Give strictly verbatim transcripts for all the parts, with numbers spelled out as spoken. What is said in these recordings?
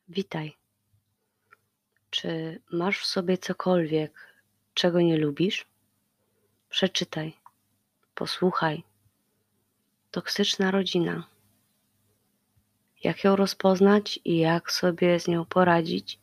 Witaj. Czy masz w sobie cokolwiek, czego nie lubisz? Przeczytaj, posłuchaj. Toksyczna rodzina. Jak ją rozpoznać i jak sobie z nią poradzić?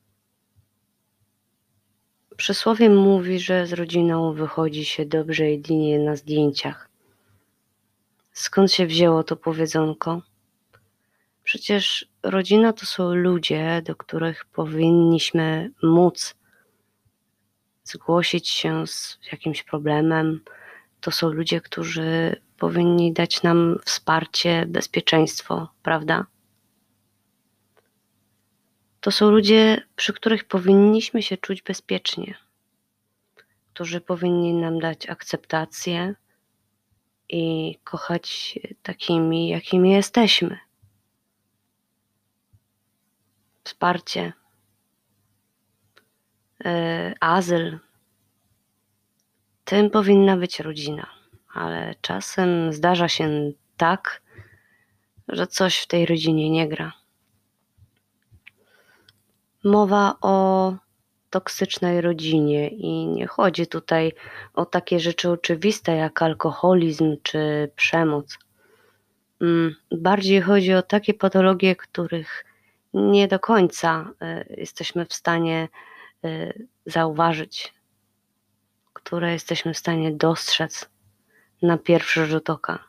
Przysłowie mówi, że z rodziną wychodzi się dobrze jedynie na zdjęciach. Skąd się wzięło to powiedzonko? Przecież rodzina to są ludzie, do których powinniśmy móc zgłosić się z jakimś problemem. To są ludzie, którzy powinni dać nam wsparcie, bezpieczeństwo, prawda? To są ludzie, przy których powinniśmy się czuć bezpiecznie, którzy powinni nam dać akceptację i kochać takimi, jakimi jesteśmy. Wsparcie, yy, azyl. Tym powinna być rodzina, ale czasem zdarza się tak, że coś w tej rodzinie nie gra. Mowa o toksycznej rodzinie i nie chodzi tutaj o takie rzeczy oczywiste jak alkoholizm czy przemoc. Bardziej chodzi o takie patologie, których nie do końca jesteśmy w stanie zauważyć, które jesteśmy w stanie dostrzec na pierwszy rzut oka.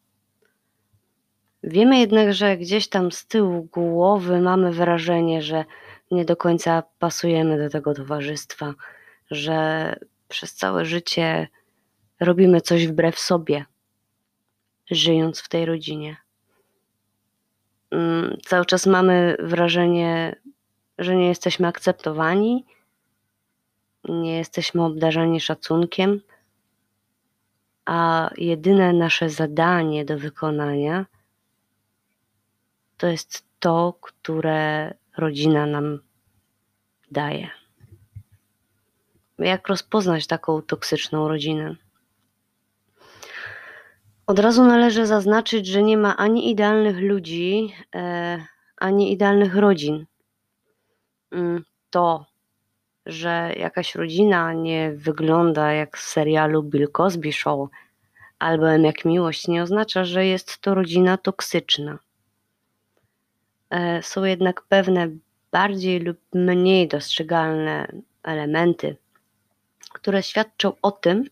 Wiemy jednak, że gdzieś tam z tyłu głowy mamy wrażenie, że nie do końca pasujemy do tego towarzystwa, że przez całe życie robimy coś wbrew sobie, żyjąc w tej rodzinie. Cały czas mamy wrażenie, że nie jesteśmy akceptowani, nie jesteśmy obdarzani szacunkiem, a jedyne nasze zadanie do wykonania to jest to, które rodzina nam daje. Jak rozpoznać taką toksyczną rodzinę? Od razu należy zaznaczyć, że nie ma ani idealnych ludzi, e, ani idealnych rodzin. To, że jakaś rodzina nie wygląda jak z serialu Bill Cosby Show albo jak miłość, nie oznacza, że jest to rodzina toksyczna. E, są jednak pewne bardziej lub mniej dostrzegalne elementy, które świadczą o tym,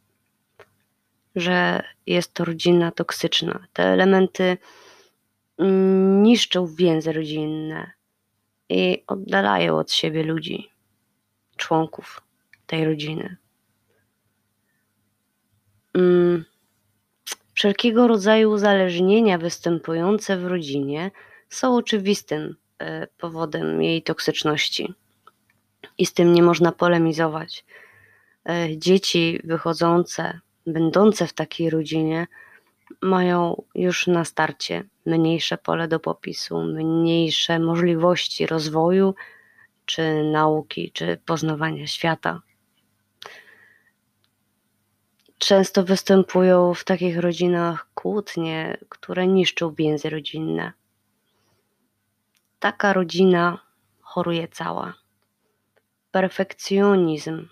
że jest to rodzina toksyczna. Te elementy niszczą więzy rodzinne i oddalają od siebie ludzi, członków tej rodziny. Wszelkiego rodzaju uzależnienia występujące w rodzinie są oczywistym powodem jej toksyczności i z tym nie można polemizować. Dzieci wychodzące, będące w takiej rodzinie mają już na starcie mniejsze pole do popisu, mniejsze możliwości rozwoju, czy nauki, czy poznawania świata. Często występują w takich rodzinach kłótnie, które niszczą więzy rodzinne. Taka rodzina choruje cała. Perfekcjonizm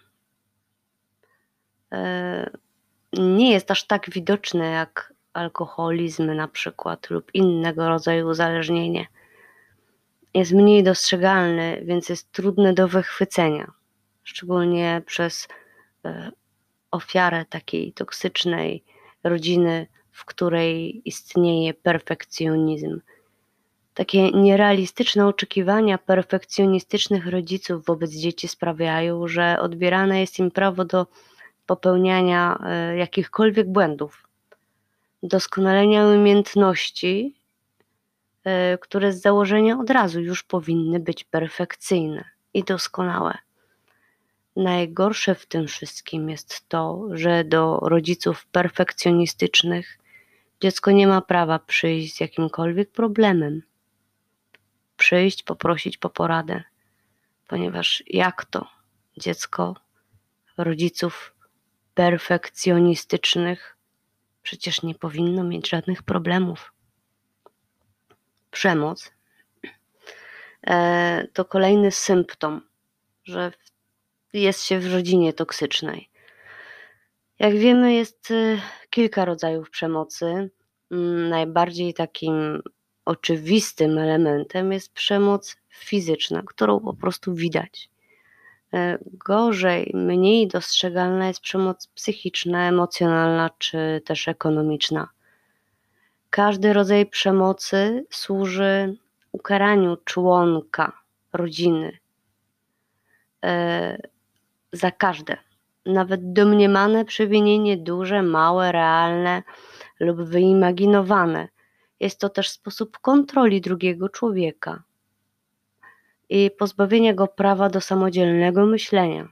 nie jest aż tak widoczny jak alkoholizm na przykład lub innego rodzaju uzależnienie. Jest mniej dostrzegalny, więc jest trudny do wychwycenia, szczególnie przez ofiarę takiej toksycznej rodziny, w której istnieje perfekcjonizm. Takie nierealistyczne oczekiwania perfekcjonistycznych rodziców wobec dzieci sprawiają, że odbierane jest im prawo do popełniania jakichkolwiek błędów, doskonalenia umiejętności, które z założenia od razu już powinny być perfekcyjne i doskonałe. Najgorsze w tym wszystkim jest to, że do rodziców perfekcjonistycznych dziecko nie ma prawa przyjść z jakimkolwiek problemem. Przyjść, poprosić po poradę, ponieważ jak to dziecko rodziców perfekcjonistycznych przecież nie powinno mieć żadnych problemów. Przemoc to kolejny symptom, że jest się w rodzinie toksycznej. Jak wiemy, jest kilka rodzajów przemocy. Najbardziej takim oczywistym elementem jest przemoc fizyczna, którą po prostu widać. Gorzej, mniej dostrzegalna jest przemoc psychiczna, emocjonalna czy też ekonomiczna. Każdy rodzaj przemocy służy ukaraniu członka rodziny. Za każde, nawet domniemane przewinienie, duże, małe, realne lub wyimaginowane. Jest to też sposób kontroli drugiego człowieka i pozbawienia go prawa do samodzielnego myślenia.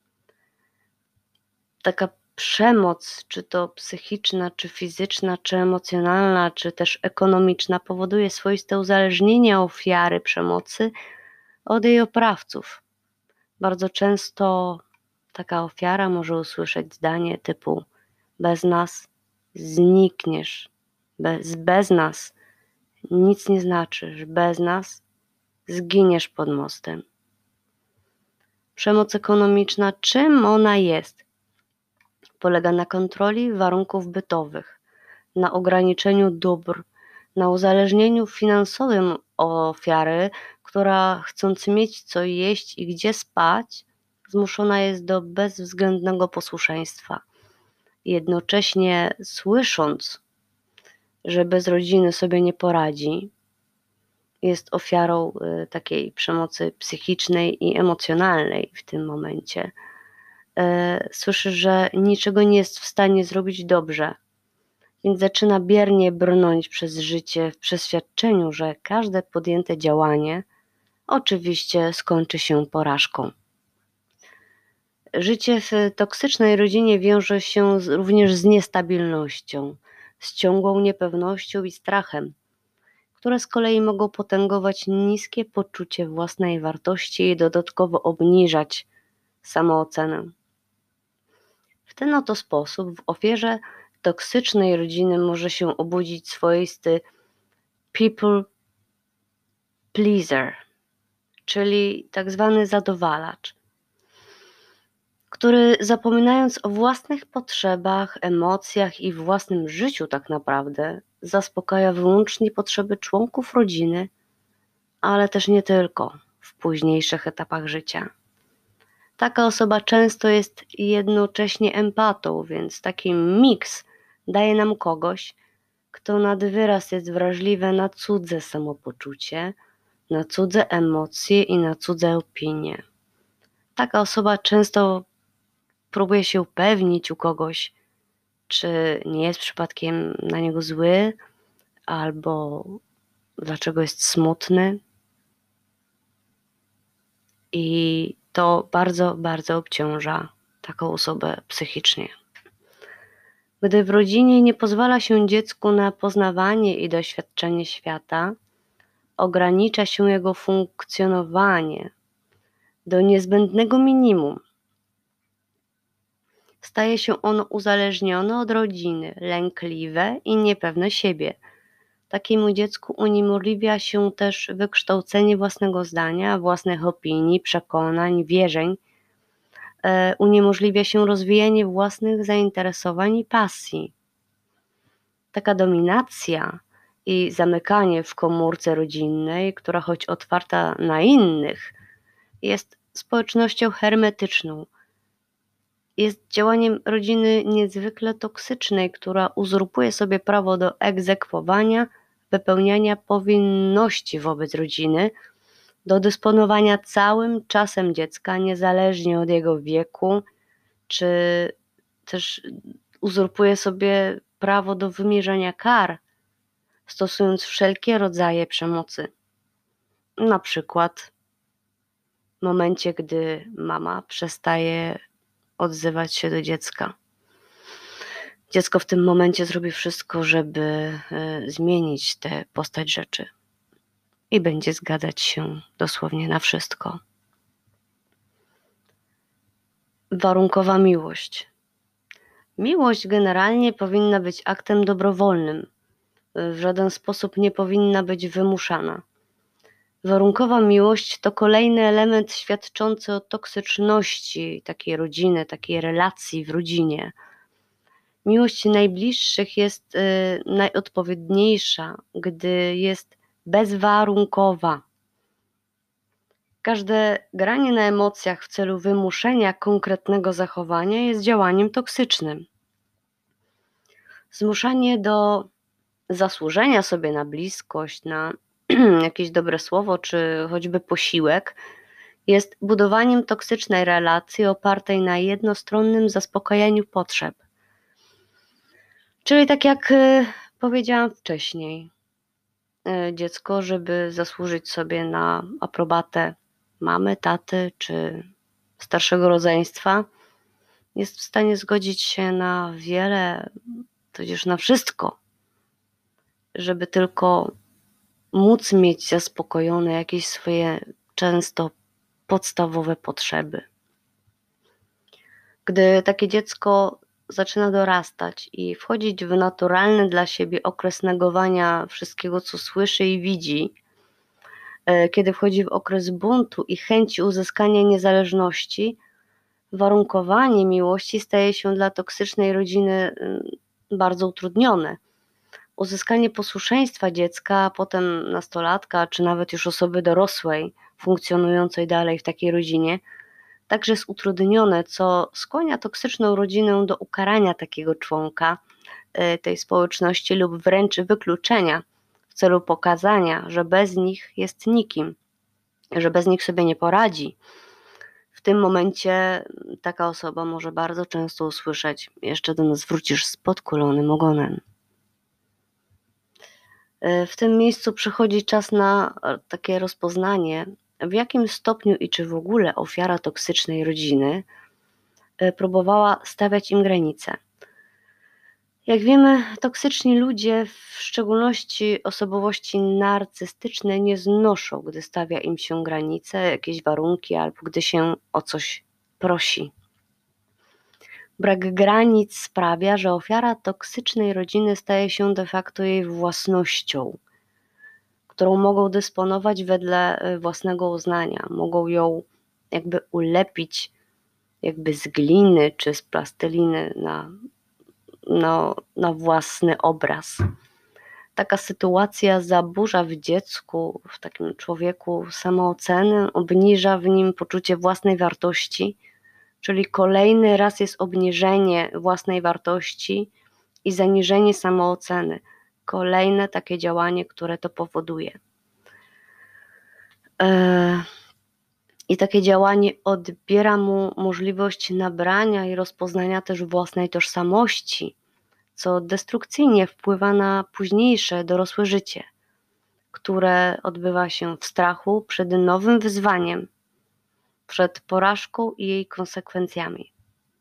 Taka przemoc, czy to psychiczna, czy fizyczna, czy emocjonalna, czy też ekonomiczna, powoduje swoiste uzależnienie ofiary przemocy od jej oprawców. Bardzo często taka ofiara może usłyszeć zdanie typu: bez nas znikniesz, bez, bez nas nic nie znaczysz, bez nas zginiesz pod mostem. Przemoc ekonomiczna, czym ona jest? Polega na kontroli warunków bytowych, na ograniczeniu dóbr, na uzależnieniu finansowym ofiary, która chcąc mieć co jeść i gdzie spać, zmuszona jest do bezwzględnego posłuszeństwa. Jednocześnie słysząc, że bez rodziny sobie nie poradzi, jest ofiarą takiej przemocy psychicznej i emocjonalnej w tym momencie. Słyszy, że niczego nie jest w stanie zrobić dobrze, więc zaczyna biernie brnąć przez życie w przeświadczeniu, że każde podjęte działanie oczywiście skończy się porażką. Życie w toksycznej rodzinie wiąże się z, również z niestabilnością, z ciągłą niepewnością i strachem, które z kolei mogą potęgować niskie poczucie własnej wartości i dodatkowo obniżać samoocenę. W ten oto sposób w ofierze toksycznej rodziny może się obudzić swoisty people pleaser, czyli tak zwany zadowalacz, który zapominając o własnych potrzebach, emocjach i własnym życiu tak naprawdę zaspokaja wyłącznie potrzeby członków rodziny, ale też nie tylko w późniejszych etapach życia. Taka osoba często jest jednocześnie empatą, więc taki miks daje nam kogoś, kto nad wyraz jest wrażliwy na cudze samopoczucie, na cudze emocje i na cudze opinie. Taka osoba często próbuje się upewnić u kogoś, czy nie jest przypadkiem na niego zły, albo dlaczego jest smutny. I to bardzo, bardzo obciąża taką osobę psychicznie. Gdy w rodzinie nie pozwala się dziecku na poznawanie i doświadczenie świata, ogranicza się jego funkcjonowanie do niezbędnego minimum. Staje się ono uzależnione od rodziny, lękliwe i niepewne siebie. Takiemu dziecku uniemożliwia się też wykształcenie własnego zdania, własnych opinii, przekonań, wierzeń. E, uniemożliwia się rozwijanie własnych zainteresowań i pasji. Taka dominacja i zamykanie w komórce rodzinnej, która choć otwarta na innych, jest społecznością hermetyczną. Jest działaniem rodziny niezwykle toksycznej, która uzurpuje sobie prawo do egzekwowania, wypełniania powinności wobec rodziny, do dysponowania całym czasem dziecka, niezależnie od jego wieku, czy też uzurpuje sobie prawo do wymierzania kar, stosując wszelkie rodzaje przemocy. Na przykład w momencie, gdy mama przestaje odzywać się do dziecka. Dziecko w tym momencie zrobi wszystko, żeby y, zmienić tę postać rzeczy i będzie zgadzać się dosłownie na wszystko. Warunkowa miłość. Miłość generalnie powinna być aktem dobrowolnym. W żaden sposób nie powinna być wymuszana. Warunkowa miłość to kolejny element świadczący o toksyczności takiej rodziny, takiej relacji w rodzinie. Miłość najbliższych jest y, najodpowiedniejsza, gdy jest bezwarunkowa. Każde granie na emocjach w celu wymuszenia konkretnego zachowania jest działaniem toksycznym. Zmuszanie do zasłużenia sobie na bliskość, na jakieś dobre słowo, czy choćby posiłek, jest budowaniem toksycznej relacji opartej na jednostronnym zaspokajaniu potrzeb. Czyli tak jak powiedziałam wcześniej, dziecko, żeby zasłużyć sobie na aprobatę mamy, taty czy starszego rodzeństwa, jest w stanie zgodzić się na wiele, tudzież na wszystko, żeby tylko móc mieć zaspokojone jakieś swoje często podstawowe potrzeby. Gdy takie dziecko zaczyna dorastać i wchodzić w naturalny dla siebie okres negowania wszystkiego, co słyszy i widzi, kiedy wchodzi w okres buntu i chęci uzyskania niezależności, warunkowanie miłości staje się dla toksycznej rodziny bardzo utrudnione. Uzyskanie posłuszeństwa dziecka, a potem nastolatka, czy nawet już osoby dorosłej, funkcjonującej dalej w takiej rodzinie, także jest utrudnione, co skłania toksyczną rodzinę do ukarania takiego członka tej społeczności lub wręcz wykluczenia w celu pokazania, że bez nich jest nikim, że bez nich sobie nie poradzi. W tym momencie taka osoba może bardzo często usłyszeć: jeszcze do nas wrócisz z podkulonym ogonem. W tym miejscu przychodzi czas na takie rozpoznanie, w jakim stopniu i czy w ogóle ofiara toksycznej rodziny próbowała stawiać im granice. Jak wiemy, toksyczni ludzie, w szczególności osobowości narcystyczne, nie znoszą, gdy stawia im się granice, jakieś warunki albo gdy się o coś prosi. Brak granic sprawia, że ofiara toksycznej rodziny staje się de facto jej własnością, którą mogą dysponować wedle własnego uznania. Mogą ją jakby ulepić jakby z gliny czy z plasteliny na, na, na własny obraz. Taka sytuacja zaburza w dziecku, w takim człowieku samoocenę, obniża w nim poczucie własnej wartości, czyli kolejny raz jest obniżenie własnej wartości i zaniżenie samooceny. Kolejne takie działanie, które to powoduje. I takie działanie odbiera mu możliwość nabrania i rozpoznania też własnej tożsamości, co destrukcyjnie wpływa na późniejsze dorosłe życie, które odbywa się w strachu przed nowym wyzwaniem, przed porażką i jej konsekwencjami.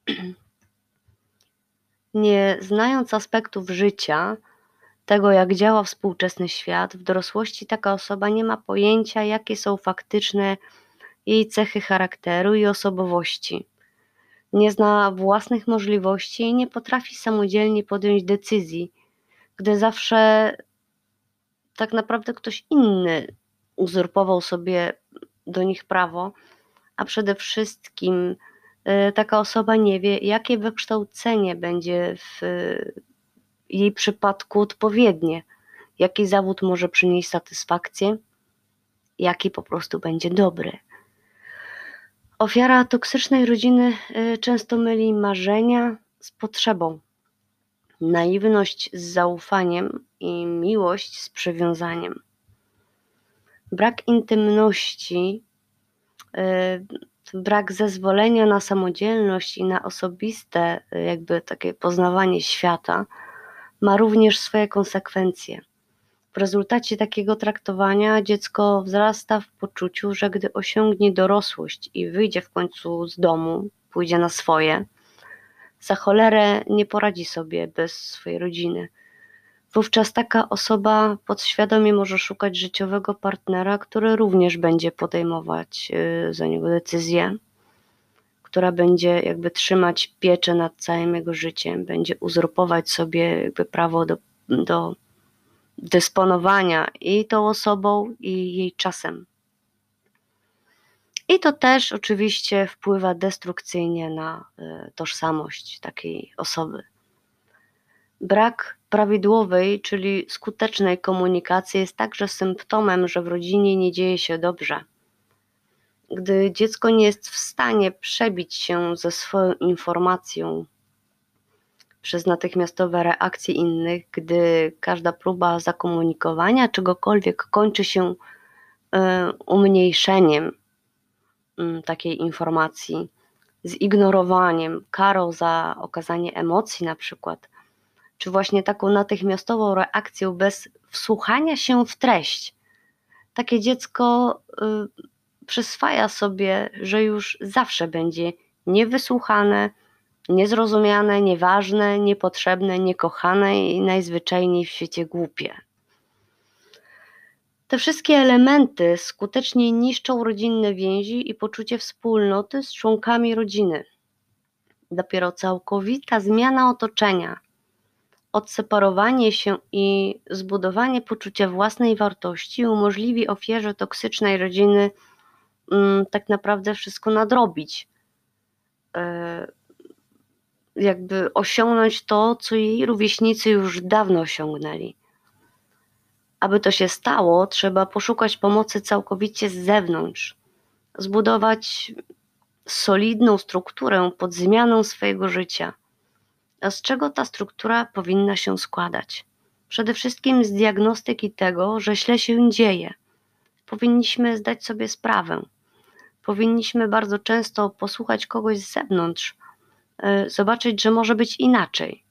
Nie znając aspektów życia, tego jak działa współczesny świat, w dorosłości taka osoba nie ma pojęcia, jakie są faktyczne jej cechy charakteru i osobowości. Nie zna własnych możliwości i nie potrafi samodzielnie podjąć decyzji, gdy zawsze tak naprawdę ktoś inny uzurpował sobie do nich prawo, a przede wszystkim taka osoba nie wie, jakie wykształcenie będzie w jej przypadku odpowiednie, jaki zawód może przynieść satysfakcję, jaki po prostu będzie dobry. Ofiara toksycznej rodziny często myli marzenia z potrzebą, naiwność z zaufaniem i miłość z przywiązaniem. Brak intymności, brak zezwolenia na samodzielność i na osobiste jakby takie poznawanie świata ma również swoje konsekwencje. W rezultacie takiego traktowania dziecko wzrasta w poczuciu, że gdy osiągnie dorosłość i wyjdzie w końcu z domu, pójdzie na swoje, za cholerę nie poradzi sobie bez swojej rodziny. Wówczas taka osoba podświadomie może szukać życiowego partnera, który również będzie podejmować za niego decyzje, która będzie jakby trzymać pieczę nad całym jego życiem, będzie uzurpować sobie jakby prawo do, do dysponowania i tą osobą, i jej czasem. I to też oczywiście wpływa destrukcyjnie na tożsamość takiej osoby. Brak prawidłowej, czyli skutecznej komunikacji jest także symptomem, że w rodzinie nie dzieje się dobrze. Gdy dziecko nie jest w stanie przebić się ze swoją informacją przez natychmiastowe reakcje innych, gdy każda próba zakomunikowania czegokolwiek kończy się umniejszeniem takiej informacji, zignorowaniem, karą za okazanie emocji na przykład, czy właśnie taką natychmiastową reakcją bez wsłuchania się w treść. Takie dziecko y, przyswaja sobie, że już zawsze będzie niewysłuchane, niezrozumiane, nieważne, niepotrzebne, niekochane i najzwyczajniej w świecie głupie. Te wszystkie elementy skutecznie niszczą rodzinne więzi i poczucie wspólnoty z członkami rodziny. Dopiero całkowita zmiana otoczenia, odseparowanie się i zbudowanie poczucia własnej wartości umożliwi ofierze toksycznej rodziny mm, tak naprawdę wszystko nadrobić. E, jakby osiągnąć to, co jej rówieśnicy już dawno osiągnęli. Aby to się stało, trzeba poszukać pomocy całkowicie z zewnątrz, zbudować solidną strukturę pod zmianą swojego życia. A z czego ta struktura powinna się składać? Przede wszystkim z diagnostyki tego, że źle się dzieje. Powinniśmy zdać sobie sprawę. Powinniśmy bardzo często posłuchać kogoś z zewnątrz, zobaczyć, że może być inaczej.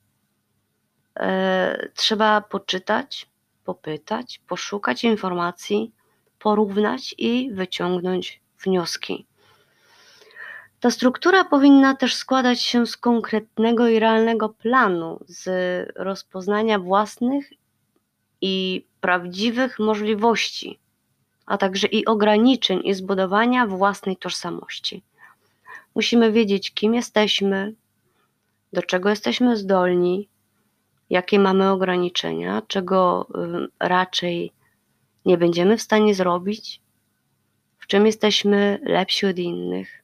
Trzeba poczytać, popytać, poszukać informacji, porównać i wyciągnąć wnioski. Ta struktura powinna też składać się z konkretnego i realnego planu, z rozpoznania własnych i prawdziwych możliwości, a także i ograniczeń i zbudowania własnej tożsamości. Musimy wiedzieć, kim jesteśmy, do czego jesteśmy zdolni, jakie mamy ograniczenia, czego raczej nie będziemy w stanie zrobić, w czym jesteśmy lepsi od innych.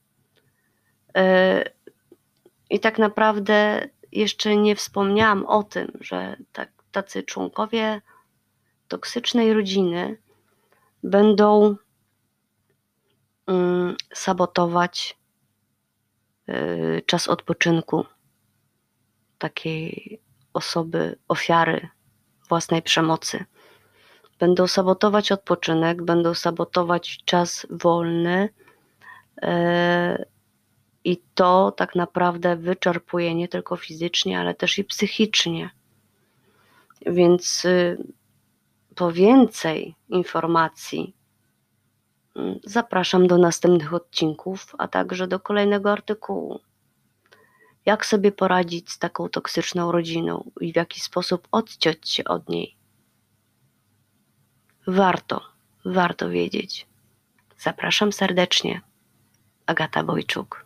I tak naprawdę jeszcze nie wspomniałam o tym, że tak, tacy członkowie toksycznej rodziny będą um, sabotować y, czas odpoczynku takiej osoby, ofiary własnej przemocy. Będą sabotować odpoczynek, będą sabotować czas wolny y, i to tak naprawdę wyczerpuje nie tylko fizycznie, ale też i psychicznie. Więc y, po więcej informacji zapraszam do następnych odcinków, a także do kolejnego artykułu. Jak sobie poradzić z taką toksyczną rodziną i w jaki sposób odciąć się od niej? Warto, warto wiedzieć. Zapraszam serdecznie. Agata Wojczuk.